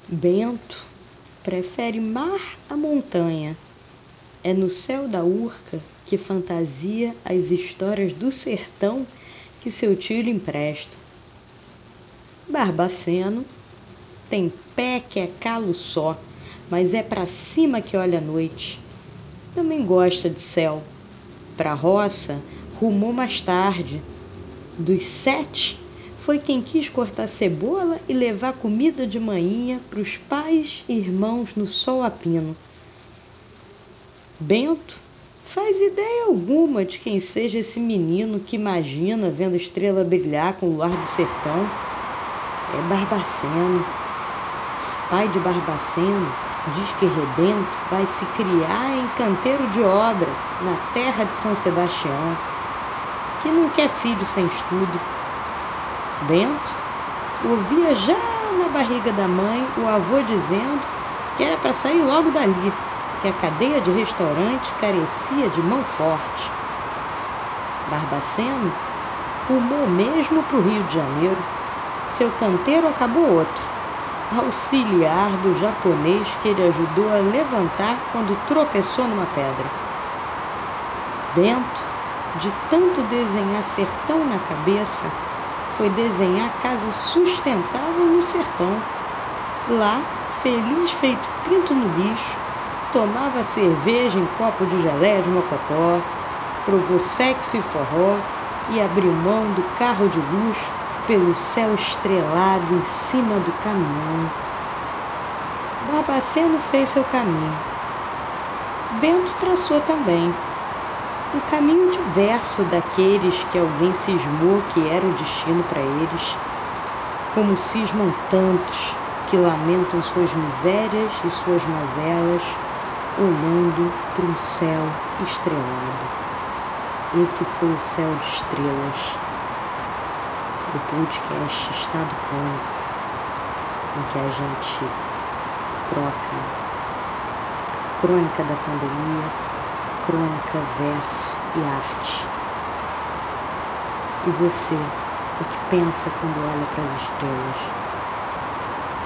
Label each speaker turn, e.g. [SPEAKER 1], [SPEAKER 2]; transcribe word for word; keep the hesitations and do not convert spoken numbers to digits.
[SPEAKER 1] Bento prefere mar à montanha. É no céu da Urca que fantasia as histórias do sertão que seu tio lhe empresta. Barbaceno tem pé que é calo só, mas é pra cima que olha a noite. Também gosta de céu. Pra roça, rumou mais tarde. Dos sete, foi quem quis cortar cebola e levar comida de manhinha pros pais e irmãos no sol a pino. Bento faz ideia alguma de quem seja esse menino que imagina vendo estrela brilhar com o luar do sertão. É Barbaceno. Pai de Barbaceno diz que Rebento vai se criar em canteiro de obra na terra de São Sebastião, que não quer filho sem estudo. Bento ouvia já na barriga da mãe o avô dizendo que era para sair logo dali, que a cadeia de restaurante carecia de mão forte. Barbaceno rumou mesmo para o Rio de Janeiro. Seu canteiro acabou outro, auxiliar do japonês que ele ajudou a levantar quando tropeçou numa pedra. Bento, de tanto desenhar sertão na cabeça, foi desenhar casa sustentável no sertão. Lá, feliz feito pinto no lixo, tomava cerveja em copo de geleia de mocotó, provou sexo e forró e abriu mão do carro de luxo pelo céu estrelado em cima do caminhão. Barbaceno fez seu caminho. Bento traçou também. Um caminho diverso daqueles que alguém cismou que era o destino para eles, como cismam tantos que lamentam suas misérias e suas mazelas, olhando para um céu estrelado. Esse foi o Céu de Estrelas, do podcast Estado Crônico, em que a gente troca crônica da pandemia, crônica, verso e arte. E você, o que pensa quando olha para as estrelas?